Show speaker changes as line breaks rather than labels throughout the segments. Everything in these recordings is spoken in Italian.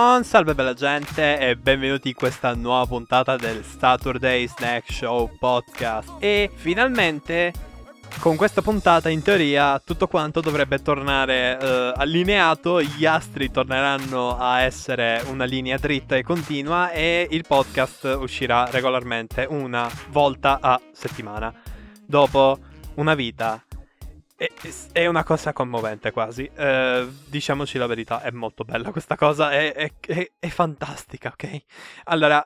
Buon salve bella gente e benvenuti in questa nuova puntata del Saturday Snack Show Podcast. E finalmente con questa puntata in teoria tutto quanto dovrebbe tornare allineato. Gli astri torneranno a essere una linea dritta e continua e il podcast uscirà regolarmente una volta a settimana dopo una vita. È una cosa commovente quasi, diciamoci la verità, è molto bella questa cosa, è fantastica, ok? Allora,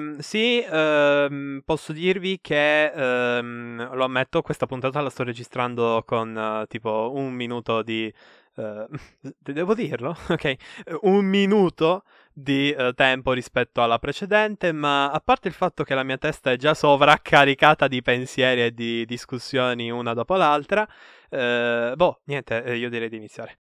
posso dirvi che, lo ammetto, questa puntata la sto registrando con tipo un minuto di... devo dirlo? Ok, un minuto di tempo rispetto alla precedente, ma a parte il fatto che la mia testa è già sovraccaricata di pensieri e di discussioni una dopo l'altra, niente, io direi di iniziare.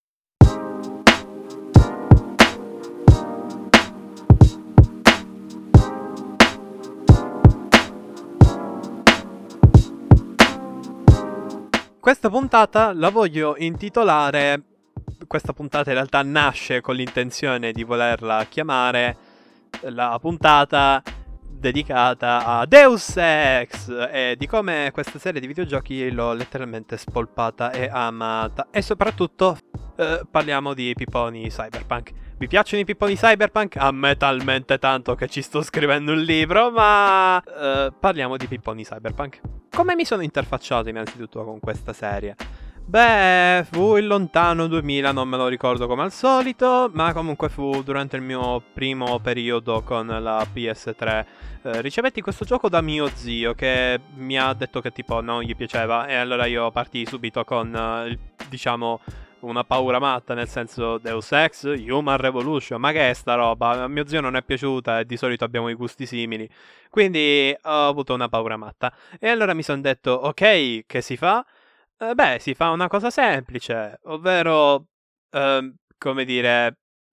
Questa puntata la voglio intitolare... Questa puntata in realtà nasce con l'intenzione di volerla chiamare la puntata dedicata a Deus Ex e di come questa serie di videogiochi l'ho letteralmente spolpata e amata. E soprattutto parliamo di pipponi cyberpunk. Mi piacciono i pipponi cyberpunk? A me talmente tanto che ci sto scrivendo un libro, ma parliamo di pipponi cyberpunk. Come mi sono interfacciato innanzitutto con questa serie? Beh, fu il lontano 2000, non me lo ricordo come al solito, ma comunque fu durante il mio primo periodo con la PS3. Ricevetti questo gioco da mio zio che mi ha detto che tipo non gli piaceva e allora io partii subito con, diciamo, una paura matta, nel senso Deus Ex, Human Revolution, ma che è sta roba? A mio zio non è piaciuta e di solito abbiamo i gusti simili, quindi ho avuto una paura matta. E allora mi sono detto, ok, che si fa? Si fa una cosa semplice, ovvero, come dire,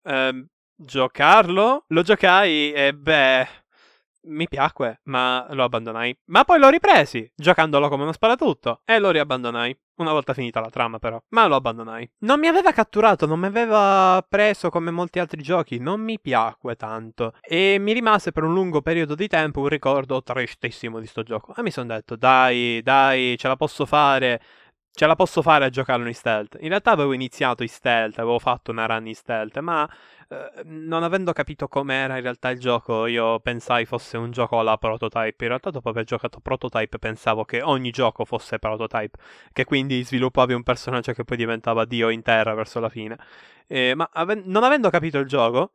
giocarlo. Lo giocai e mi piacque, ma lo abbandonai. Ma poi l'ho ripresi, giocandolo come uno sparatutto, e lo riabbandonai. Una volta finita la trama però, ma lo abbandonai. Non mi aveva catturato, non mi aveva preso come molti altri giochi, non mi piacque tanto. E mi rimase per un lungo periodo di tempo un ricordo tristissimo di sto gioco. E mi sono detto, dai, ce la posso fare. Ce la posso fare a giocarlo in stealth. In realtà avevo iniziato in stealth, avevo fatto una run in stealth, ma non avendo capito com'era in realtà il gioco, io pensai fosse un gioco alla Prototype. In realtà dopo aver giocato Prototype pensavo che ogni gioco fosse Prototype, che quindi sviluppavi un personaggio che poi diventava Dio in terra verso la fine. Ma non avendo capito il gioco...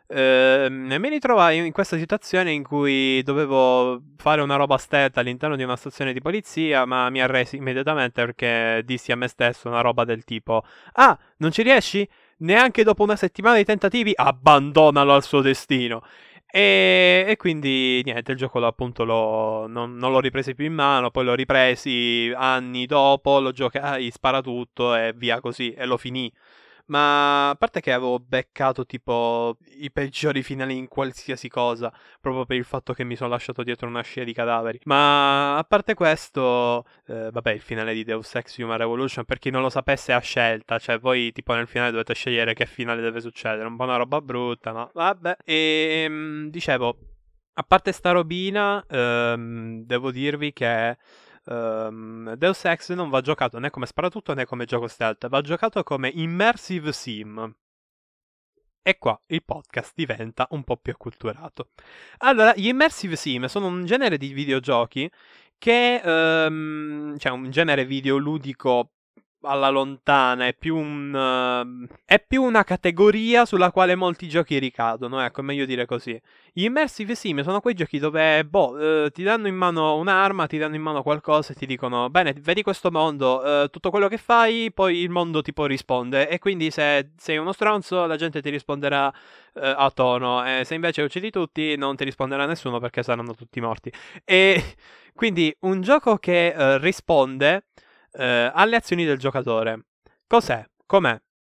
mi ritrovai in questa situazione in cui dovevo fare una roba stealth all'interno di una stazione di polizia, ma mi arresi immediatamente perché dissi a me stesso una roba del tipo: ah, non ci riesci? Neanche dopo una settimana di tentativi, abbandonalo al suo destino. E quindi niente, il gioco appunto non l'ho ripreso più in mano, poi l'ho ripresi anni dopo, lo giocai, sparatutto e via così, e lo finì. Ma a parte che avevo beccato tipo i peggiori finali in qualsiasi cosa, proprio per il fatto che mi sono lasciato dietro una scia di cadaveri. Ma a parte questo, il finale di Deus Ex Human Revolution, per chi non lo sapesse, è a scelta. Cioè, voi tipo nel finale dovete scegliere che finale deve succedere. Un po' una roba brutta, ma vabbè. E dicevo, a parte sta robina, devo dirvi che... Deus Ex non va giocato né come sparatutto né come gioco stealth, va giocato come immersive sim. E qua il podcast diventa un po' più acculturato. Allora, gli immersive sim sono un genere di videogiochi che, cioè un genere videoludico alla lontana, è più è più una categoria sulla quale molti giochi ricadono, ecco, è meglio dire così. Gli immersive sim sono quei giochi dove, ti danno in mano un'arma, ti danno in mano qualcosa e ti dicono, bene, vedi questo mondo, tutto quello che fai, poi il mondo tipo risponde, e quindi se sei uno stronzo la gente ti risponderà a tono, e se invece uccidi tutti non ti risponderà nessuno perché saranno tutti morti. E quindi un gioco che risponde alle azioni del giocatore. Cos'è? Com'è?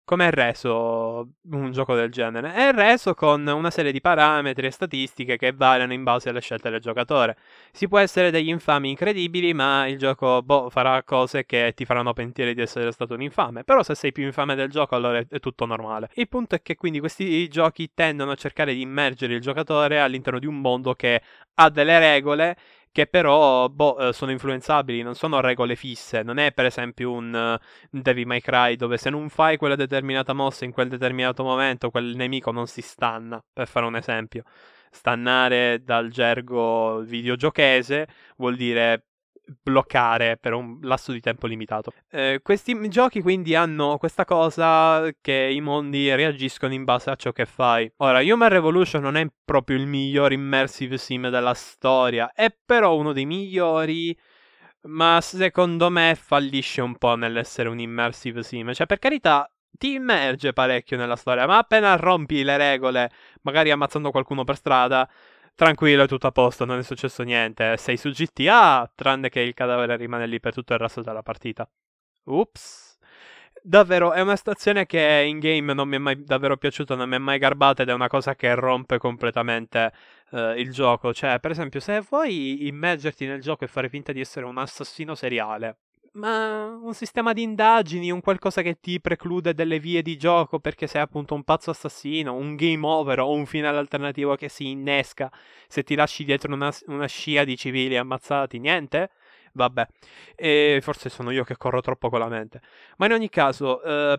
Come è reso un gioco del genere? È reso con una serie di parametri e statistiche che variano in base alle scelte del giocatore. Si può essere degli infami incredibili, ma il gioco farà cose che ti faranno pentire di essere stato un infame. Però se sei più infame del gioco, allora è tutto normale. Il punto è che quindi questi giochi tendono a cercare di immergere il giocatore all'interno di un mondo che ha delle regole che però sono influenzabili, non sono regole fisse. Non è per esempio un Devil May Cry dove se non fai quella determinata mossa in quel determinato momento, quel nemico non si stanna, per fare un esempio. Stannare dal gergo videogiochese vuol dire bloccare per un lasso di tempo limitato. Questi giochi quindi hanno questa cosa che i mondi reagiscono in base a ciò che fai. Ora, Human Revolution non è proprio il miglior immersive sim della storia, è però uno dei migliori, ma secondo me fallisce un po' nell'essere un immersive sim. Cioè, per carità, ti immerge parecchio nella storia, ma appena rompi le regole, magari ammazzando qualcuno per strada, tranquillo, è tutto a posto, non è successo niente. Sei su GTA, tranne che il cadavere rimane lì per tutto il resto della partita. Ups. Davvero, è una stazione che in game non mi è mai davvero piaciuta, non mi è mai garbata ed è una cosa che rompe completamente il gioco. Cioè, per esempio, se vuoi immergerti nel gioco e fare finta di essere un assassino seriale, ma un sistema di indagini, un qualcosa che ti preclude delle vie di gioco perché sei appunto un pazzo assassino, un game over o un finale alternativo che si innesca se ti lasci dietro una scia di civili ammazzati, niente? Vabbè, e forse sono io che corro troppo con la mente. Ma in ogni caso,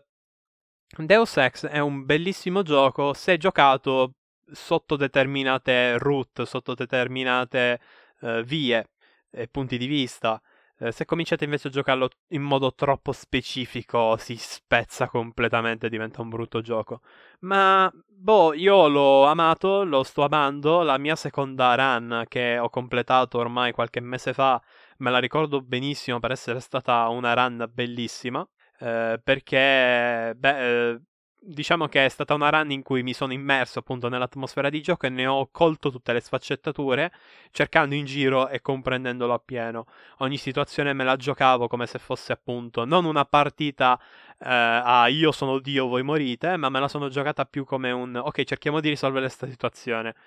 Deus Ex è un bellissimo gioco se giocato sotto determinate route, sotto determinate vie e punti di vista. Se cominciate invece a giocarlo in modo troppo specifico, si spezza completamente, diventa un brutto gioco. Ma, io l'ho amato, lo sto amando. La mia seconda run, che ho completato ormai qualche mese fa, me la ricordo benissimo per essere stata una run bellissima. Perché, diciamo che è stata una run in cui mi sono immerso appunto nell'atmosfera di gioco e ne ho colto tutte le sfaccettature, cercando in giro e comprendendolo appieno. Ogni situazione me la giocavo come se fosse appunto non una partita a io sono Dio, voi morite, ma me la sono giocata più come un ok, cerchiamo di risolvere questa situazione.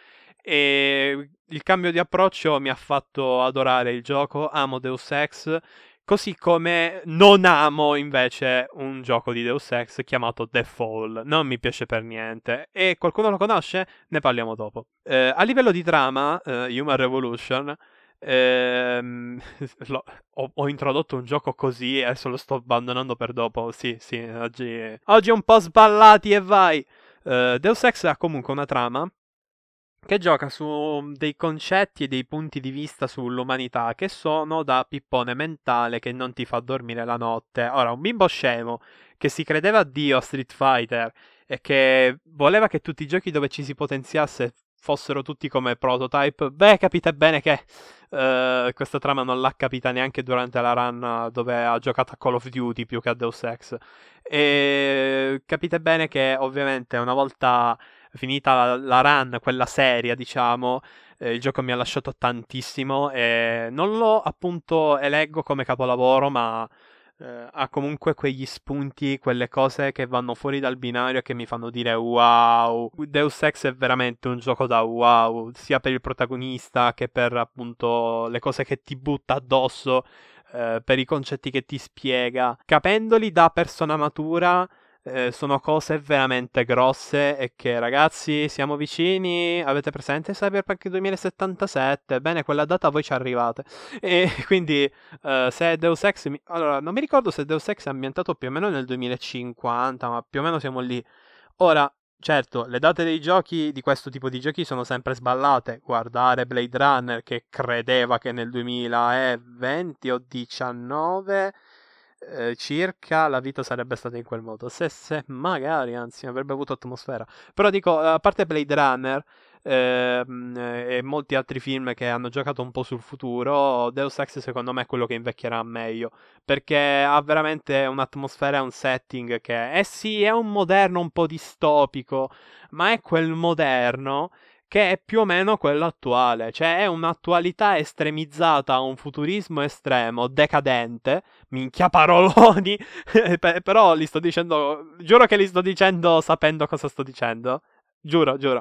E il cambio di approccio mi ha fatto adorare il gioco, amo Deus Ex. Così come non amo invece un gioco di Deus Ex chiamato The Fall. Non mi piace per niente. E qualcuno lo conosce? Ne parliamo dopo. A livello di trama, Human Revolution, ehm, ho introdotto un gioco così e adesso lo sto abbandonando per dopo. Sì, sì, oggi un po' sballati e vai. Deus Ex ha comunque una trama che gioca su dei concetti e dei punti di vista sull'umanità che sono da pippone mentale che non ti fa dormire la notte. Ora, un bimbo scemo che si credeva Dio a Street Fighter e che voleva che tutti i giochi dove ci si potenziasse fossero tutti come prototype, capite bene che questa trama non l'ha capita neanche durante la run dove ha giocato a Call of Duty più che a Deus Ex. E capite bene che ovviamente una volta finita la run, quella seria, diciamo, il gioco mi ha lasciato tantissimo e non lo appunto eleggo come capolavoro, ma ha comunque quegli spunti, quelle cose che vanno fuori dal binario e che mi fanno dire wow. Deus Ex è veramente un gioco da wow, sia per il protagonista che per appunto le cose che ti butta addosso, per i concetti che ti spiega. Capendoli da persona matura, sono cose veramente grosse e che ragazzi siamo vicini, avete presente Cyberpunk 2077? Bene, quella data voi ci arrivate. E quindi se Deus Ex... Allora, non mi ricordo se Deus Ex è ambientato più o meno nel 2050, ma più o meno siamo lì. Ora, certo, le date dei giochi, di questo tipo di giochi, sono sempre sballate. Guardare Blade Runner che credeva che nel 2020 o 19 circa la vita sarebbe stata in quel modo. Se magari, anzi, avrebbe avuto atmosfera. Però dico, a parte Blade Runner e molti altri film che hanno giocato un po' sul futuro, Deus Ex secondo me è quello che invecchierà meglio, perché ha veramente un'atmosfera e un setting che, sì, è un moderno un po' distopico, ma è quel moderno che è più o meno quello attuale, cioè è un'attualità estremizzata a un futurismo estremo, decadente, minchia paroloni, però li sto dicendo, giuro che li sto dicendo sapendo cosa sto dicendo, giuro, giuro.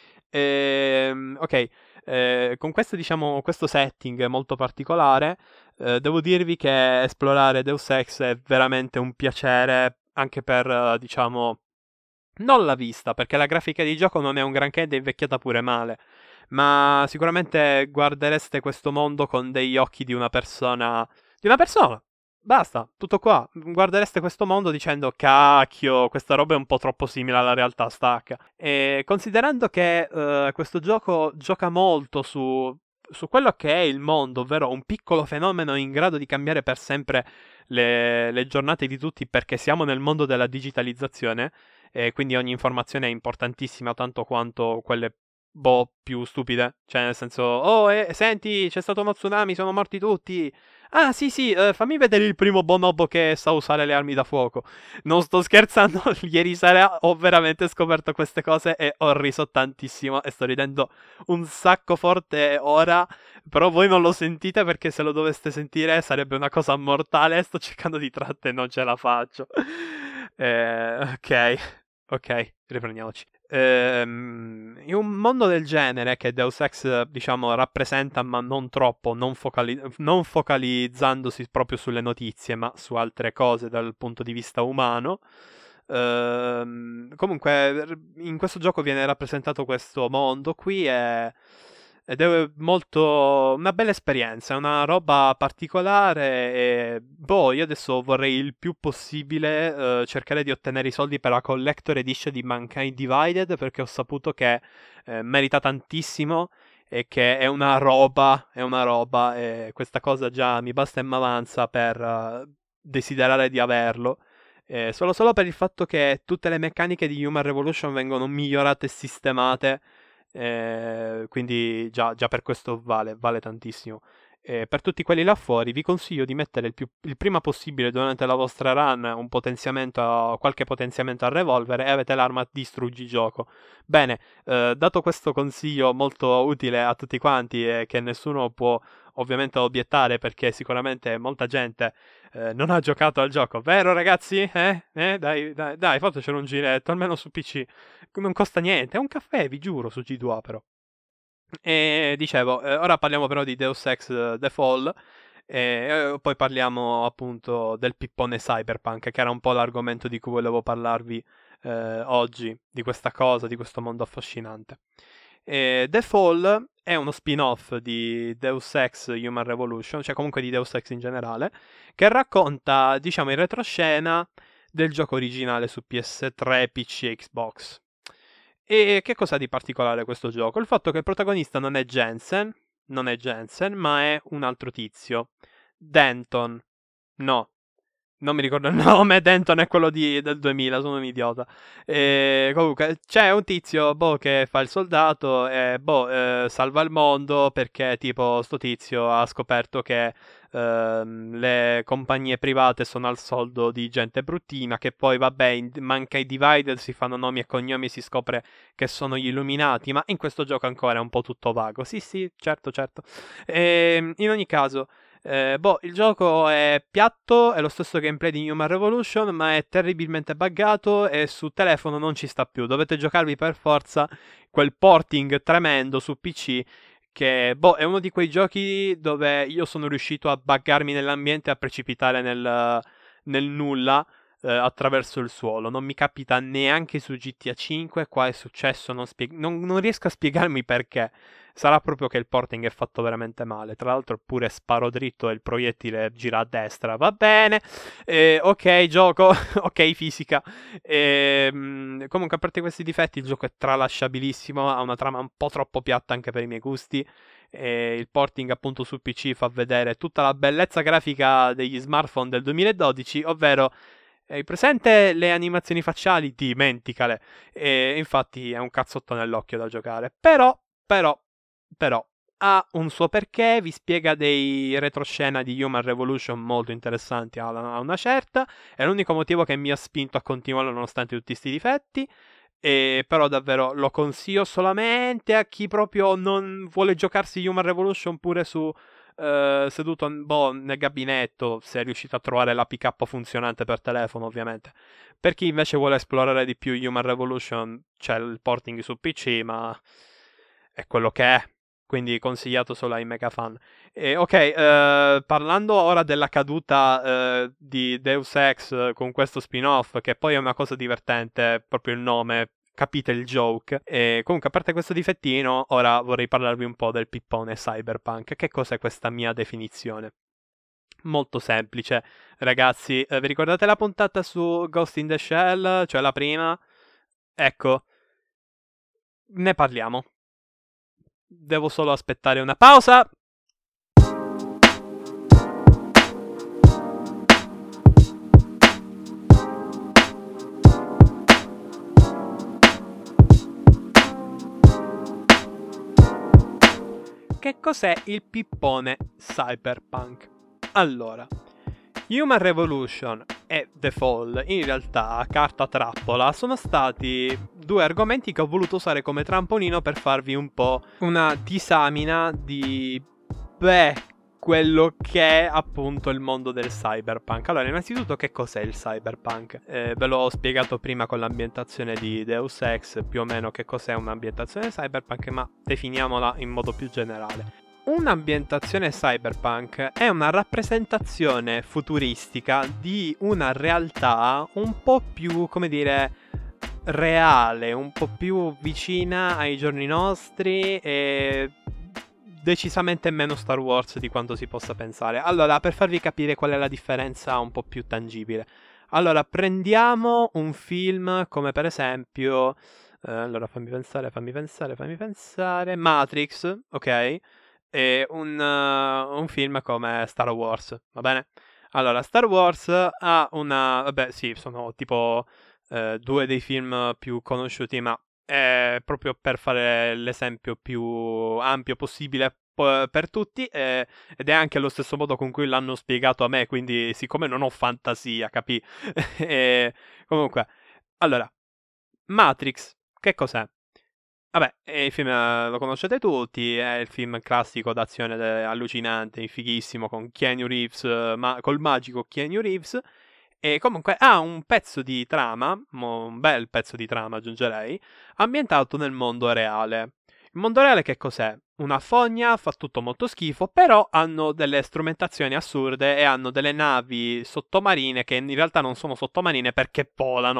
Ok, con questo, diciamo, questo setting molto particolare, devo dirvi che esplorare Deus Ex è veramente un piacere anche per, diciamo, non la vista, perché la grafica di gioco non è un granché ed è invecchiata pure male, ma sicuramente guardereste questo mondo con degli occhi di una persona. Di una persona! Basta, tutto qua. Guardereste questo mondo dicendo: cacchio, questa roba è un po' troppo simile alla realtà, stacca. E considerando che questo gioco gioca molto su quello che è il mondo, ovvero un piccolo fenomeno in grado di cambiare per sempre le giornate di tutti, perché siamo nel mondo della digitalizzazione e quindi ogni informazione è importantissima tanto quanto quelle più stupide, cioè nel senso, oh senti, c'è stato uno tsunami, sono morti tutti. Ah sì sì, fammi vedere il primo bonobo che sa usare le armi da fuoco. Non sto scherzando, ieri sera ho veramente scoperto queste cose e ho riso tantissimo e sto ridendo un sacco forte ora, però voi non lo sentite perché se lo doveste sentire sarebbe una cosa mortale, sto cercando di trattenere e non ce la faccio. Ok, riprendiamoci. In un mondo del genere che Deus Ex, diciamo, rappresenta, ma non troppo, non focalizzandosi proprio sulle notizie, ma su altre cose dal punto di vista umano. Comunque, in questo gioco viene rappresentato questo mondo qui ed è molto una bella esperienza, è una roba particolare e boh, io adesso vorrei il più possibile cercare di ottenere i soldi per la Collector Edition di Mankind Divided perché ho saputo che merita tantissimo e che è una roba e questa cosa già mi basta e m'avanza per desiderare di averlo. Solo per il fatto che tutte le meccaniche di Human Revolution vengono migliorate e sistemate, quindi già per questo vale tantissimo. Per tutti quelli là fuori vi consiglio di mettere il prima possibile durante la vostra run qualche potenziamento al revolver e avete l'arma distruggi gioco. Bene, dato questo consiglio molto utile a tutti quanti e che nessuno può ovviamente obiettare perché sicuramente molta gente non ha giocato al gioco, vero ragazzi? Dai, fatecelo un giretto, almeno su PC. Non costa niente, è un caffè, vi giuro, su G2A però. E dicevo, ora parliamo però di Deus Ex The Fall e poi parliamo appunto del pippone Cyberpunk, che era un po' l'argomento di cui volevo parlarvi oggi, di questa cosa, di questo mondo affascinante. The Fall è uno spin-off di Deus Ex Human Revolution, cioè comunque di Deus Ex in generale, che racconta, diciamo, in retroscena del gioco originale su PS3, PC e Xbox. E che cosa ha di particolare questo gioco? Il fatto che il protagonista non è Jensen, ma è un altro tizio. Denton. No, non mi ricordo il nome, Denton è quello del 2000, sono un idiota. Comunque, c'è un tizio, che fa il soldato e, salva il mondo perché, tipo, sto tizio ha scoperto che le compagnie private sono al soldo di gente bruttina, che poi, vabbè, manca i Divided, si fanno nomi e cognomi e si scopre che sono gli Illuminati, ma in questo gioco ancora è un po' tutto vago. Sì, sì, certo, certo. In ogni caso... il gioco è piatto, è lo stesso gameplay di Human Revolution, ma è terribilmente buggato e su telefono non ci sta più. Dovete giocarvi per forza quel porting tremendo su PC che, è uno di quei giochi dove io sono riuscito a buggarmi nell'ambiente e a precipitare nel nulla attraverso il suolo. Non mi capita neanche su GTA 5, qua è successo, non riesco a spiegarmi perché. Sarà proprio che il porting è fatto veramente male. Tra l'altro, pure sparo dritto e il proiettile gira a destra. Va bene. Ok, gioco. Ok, fisica. Comunque, a parte questi difetti, il gioco è tralasciabilissimo. Ha una trama un po' troppo piatta anche per i miei gusti. Il porting, appunto, su PC fa vedere tutta la bellezza grafica degli smartphone del 2012, ovvero. Hai presente le animazioni facciali? Dimenticale. Infatti è un cazzotto nell'occhio da giocare. Però ha un suo perché, vi spiega dei retroscena di Human Revolution molto interessanti a una certa, è l'unico motivo che mi ha spinto a continuare nonostante tutti questi difetti. E però davvero lo consiglio solamente a chi proprio non vuole giocarsi Human Revolution pure su seduto nel gabinetto, se è riuscito a trovare la pick-up funzionante per telefono, ovviamente. Per chi invece vuole esplorare di più Human Revolution, c'è il porting su PC, ma è quello che è. Quindi consigliato solo ai mega fan. Parlando ora della caduta di Deus Ex con questo spin-off, che poi è una cosa divertente, proprio il nome, capite il joke. E comunque, a parte questo difettino, ora vorrei parlarvi un po' del pippone cyberpunk. Che cos'è questa mia definizione? Molto semplice, ragazzi. Vi ricordate la puntata su Ghost in the Shell, cioè la prima? Ecco, ne parliamo. Devo solo aspettare una pausa. Che cos'è il pippone cyberpunk? Allora, Human Revolution e The Fall, in realtà, carta trappola, sono stati due argomenti che ho voluto usare come trampolino per farvi un po' una disamina di, quello che è appunto il mondo del cyberpunk. Allora, innanzitutto, che cos'è il cyberpunk? Ve l'ho spiegato prima con l'ambientazione di Deus Ex, più o meno che cos'è un'ambientazione cyberpunk, ma definiamola in modo più generale. Un'ambientazione cyberpunk è una rappresentazione futuristica di una realtà un po' più, come dire, reale, un po' più vicina ai giorni nostri e decisamente meno Star Wars di quanto si possa pensare. Allora, per farvi capire qual è la differenza un po' più tangibile. Allora, prendiamo un film come per esempio... allora, fammi pensare. Matrix, ok? E un film come Star Wars, va bene? Allora, Star Wars ha una... Vabbè, sì, sono tipo due dei film più conosciuti, ma è proprio per fare l'esempio più ampio possibile per tutti, ed è anche lo stesso modo con cui l'hanno spiegato a me, quindi siccome non ho fantasia, capì? E, comunque, allora, Matrix, che cos'è? Vabbè, il film lo conoscete tutti, è il film classico d'azione allucinante, fighissimo, con Keanu Reeves, col magico Keanu Reeves, e comunque ha un pezzo di trama, un bel pezzo di trama aggiungerei, ambientato nel mondo reale. Il mondo reale che cos'è? Una fogna, fa tutto molto schifo, però hanno delle strumentazioni assurde e hanno delle navi sottomarine che in realtà non sono sottomarine perché volano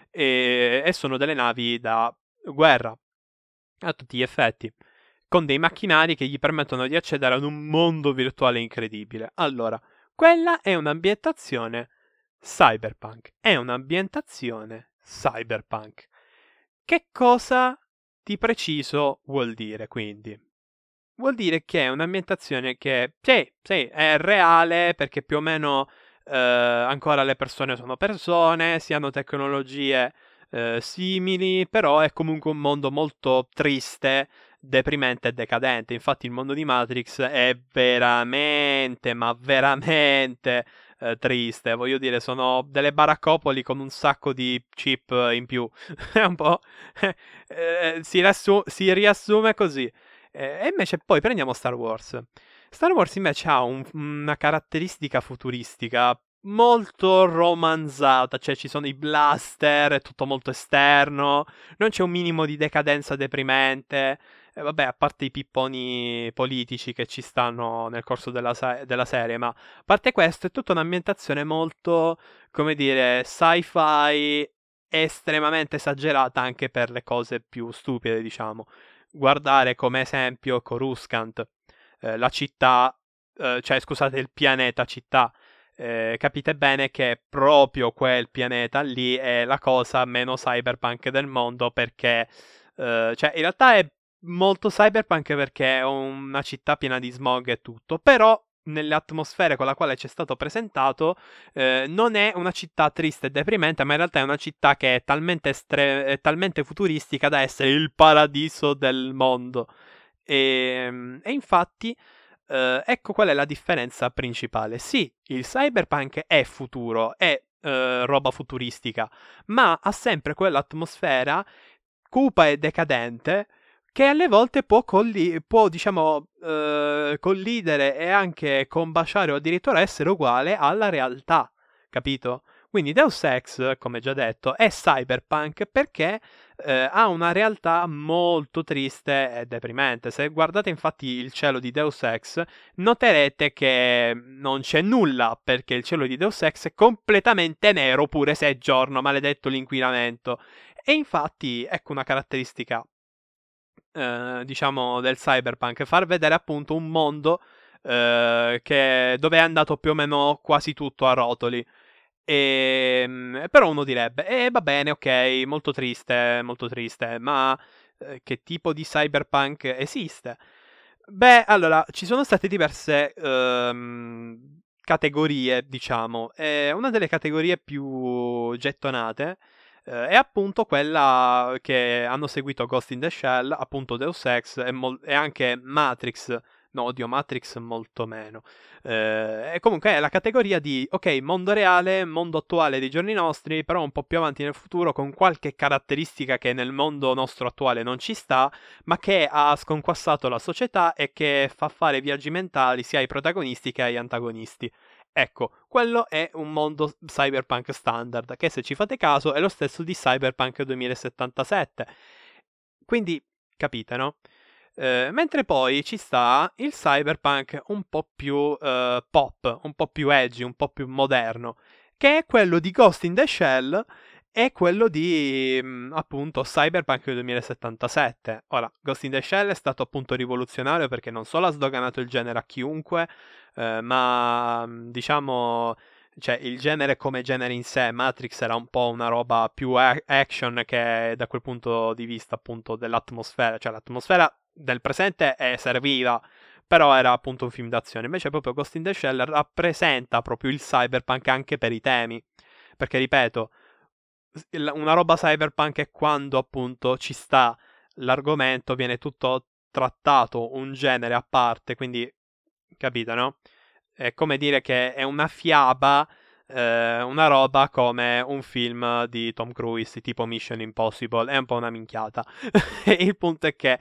e sono delle navi da guerra a tutti gli effetti, con dei macchinari che gli permettono di accedere ad un mondo virtuale incredibile. Allora, quella è un'ambientazione cyberpunk. È un'ambientazione cyberpunk. Che cosa di preciso vuol dire, quindi? Vuol dire che è un'ambientazione che, sì, è reale, perché più o meno ancora le persone sono persone, si hanno tecnologie simili, però è comunque un mondo molto triste, deprimente e decadente. Infatti il mondo di Matrix è veramente, ma veramente triste. Voglio dire, sono delle baraccopoli con un sacco di chip in più. È un po'... si riassume così. E invece poi prendiamo Star Wars. Star Wars invece ha una caratteristica futuristica molto romanzata, cioè ci sono i blaster, è tutto molto esterno, non c'è un minimo di decadenza deprimente. E vabbè, a parte i pipponi politici che ci stanno nel corso della serie, ma a parte questo è tutta un'ambientazione molto, come dire, sci-fi estremamente esagerata anche per le cose più stupide, diciamo. Guardare come esempio Coruscant, la città, cioè scusate, il pianeta città. Capite bene che proprio quel pianeta lì è la cosa meno cyberpunk del mondo perché, cioè in realtà è molto cyberpunk perché è una città piena di smog e tutto, però nelle atmosfere con la quale ci è stato presentato non è una città triste e deprimente, ma in realtà è una città che è talmente, è talmente futuristica da essere il paradiso del mondo. E infatti, ecco qual è la differenza principale. Sì, il cyberpunk è futuro, è roba futuristica, ma ha sempre quell'atmosfera cupa e decadente che alle volte può, diciamo, collidere e anche combaciare o addirittura essere uguale alla realtà, capito? Quindi Deus Ex, come già detto, è cyberpunk perché ha una realtà molto triste e deprimente. Se guardate infatti il cielo di Deus Ex, noterete che non c'è nulla perché il cielo di Deus Ex è completamente nero pure se è giorno, maledetto l'inquinamento. E infatti, ecco una caratteristica, diciamo, del cyberpunk, far vedere appunto un mondo dove è andato più o meno quasi tutto a rotoli. Però uno direbbe, va bene, ok, molto triste, ma che tipo di cyberpunk esiste? Beh, allora, ci sono state diverse categorie, diciamo, e una delle categorie più gettonate è appunto quella che hanno seguito Ghost in the Shell, appunto Deus Ex e anche Matrix. No, oddio, Matrix molto meno. E comunque è la categoria di, ok, mondo reale, mondo attuale dei giorni nostri, però un po' più avanti nel futuro, con qualche caratteristica che nel mondo nostro attuale non ci sta, ma che ha sconquassato la società e che fa fare viaggi mentali sia ai protagonisti che agli antagonisti. Ecco, quello è un mondo cyberpunk standard, che se ci fate caso è lo stesso di Cyberpunk 2077. Quindi, capite, no? Mentre poi ci sta il cyberpunk un po' più pop, un po' più edgy, un po' più moderno, che è quello di Ghost in the Shell e quello di appunto Cyberpunk 2077. Ora, Ghost in the Shell è stato appunto rivoluzionario perché non solo ha sdoganato il genere a chiunque, ma diciamo, cioè il genere come genere in sé, Matrix era un po' una roba più action che da quel punto di vista appunto dell'atmosfera, cioè l'atmosfera del presente serviva, però era appunto un film d'azione. Invece proprio Ghost in the Shell rappresenta proprio il cyberpunk anche per i temi, perché ripeto, una roba cyberpunk è quando appunto ci sta l'argomento, viene tutto trattato, un genere a parte, quindi capito, no? È come dire che è una fiaba, una roba come un film di Tom Cruise, tipo Mission Impossible, è un po' una minchiata. Il punto è che,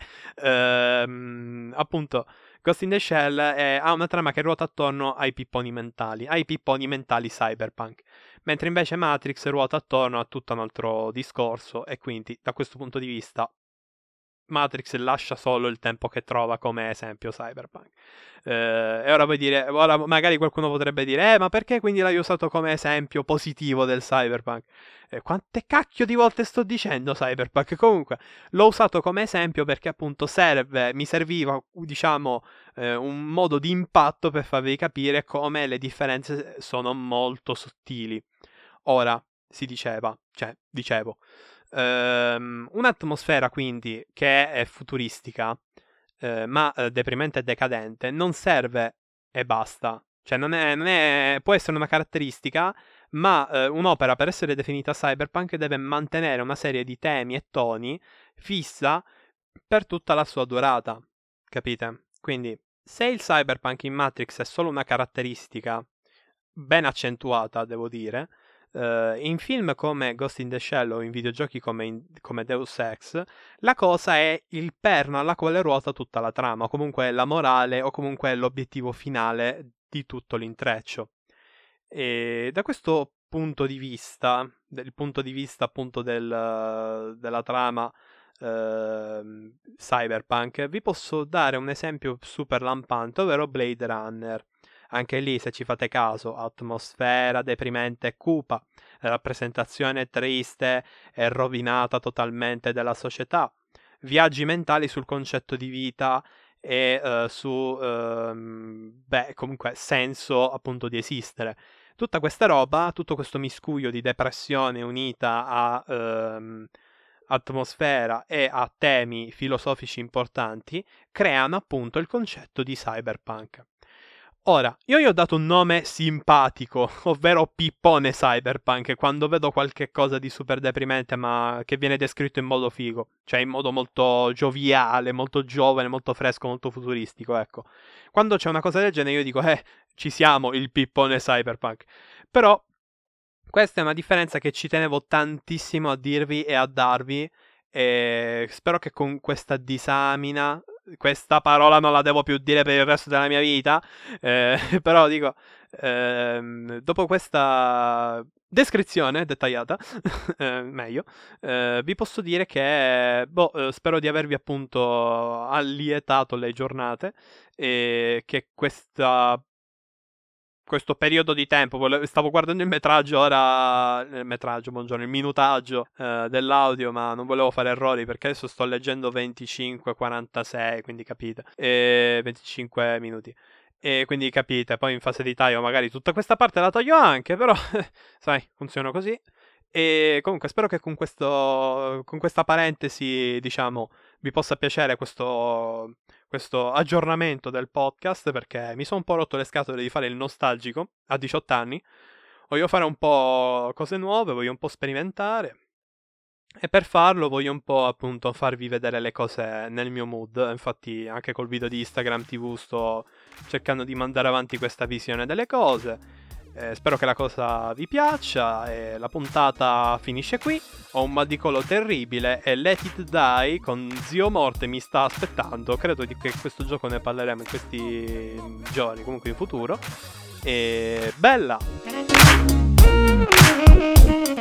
appunto, Ghost in the Shell ha una trama che ruota attorno ai pipponi mentali cyberpunk, mentre invece Matrix ruota attorno a tutto un altro discorso e quindi da questo punto di vista Matrix lascia solo il tempo che trova come esempio cyberpunk. E ora puoi dire, ora magari qualcuno potrebbe dire, ma perché quindi l'hai usato come esempio positivo del cyberpunk? Quante cacchio di volte sto dicendo cyberpunk? Comunque, l'ho usato come esempio perché appunto mi serviva, diciamo, un modo di impatto per farvi capire come le differenze sono molto sottili. Ora, dicevo, un'atmosfera quindi che è futuristica, ma deprimente e decadente, non serve e basta. Cioè, può essere una caratteristica, ma un'opera per essere definita cyberpunk deve mantenere una serie di temi e toni fissa per tutta la sua durata. Capite? Quindi, se il cyberpunk in Matrix è solo una caratteristica ben accentuata, devo dire, in film come Ghost in the Shell o in videogiochi come Deus Ex, la cosa è il perno alla quale ruota tutta la trama, o comunque la morale, o comunque l'obiettivo finale di tutto l'intreccio. E da questo punto di vista, del punto di vista appunto della trama cyberpunk, vi posso dare un esempio super lampante, ovvero Blade Runner. Anche lì, se ci fate caso, atmosfera deprimente e cupa, rappresentazione triste e rovinata totalmente della società, viaggi mentali sul concetto di vita e comunque senso appunto di esistere. Tutta questa roba, tutto questo miscuglio di depressione unita a atmosfera e a temi filosofici importanti creano appunto il concetto di cyberpunk. Ora, io gli ho dato un nome simpatico, ovvero pippone cyberpunk, quando vedo qualche cosa di super deprimente ma che viene descritto in modo figo, cioè in modo molto gioviale, molto giovane, molto fresco, molto futuristico, ecco. Quando c'è una cosa del genere io dico, ci siamo, il pippone cyberpunk. Però Questa è una differenza che ci tenevo tantissimo a dirvi e a darvi, e spero che con questa disamina, questa parola non la devo più dire per il resto della mia vita, però dico, dopo questa descrizione dettagliata, meglio, vi posso dire che, spero di avervi appunto allietato le giornate e che questo periodo di tempo, stavo guardando il metraggio ora, il minutaggio dell'audio, ma non volevo fare errori perché adesso sto leggendo 25:46, quindi capite, 25 minuti. E quindi capite, poi in fase di taglio magari tutta questa parte la taglio anche, però sai, funziona così. E comunque spero che con questa parentesi, diciamo, vi possa piacere questo aggiornamento del podcast, perché mi sono un po' rotto le scatole di fare il nostalgico a 18 anni. Voglio fare un po' cose nuove, voglio un po' sperimentare. E per farlo voglio un po' appunto farvi vedere le cose nel mio mood. Infatti anche col video di Instagram TV sto cercando di mandare avanti questa visione delle cose. Spero che la cosa vi piaccia. La puntata finisce qui. Ho un mal di collo terribile e Let It Die con Zio Morte mi sta aspettando. Credo che questo gioco ne parleremo in questi giorni, comunque in futuro. E bella!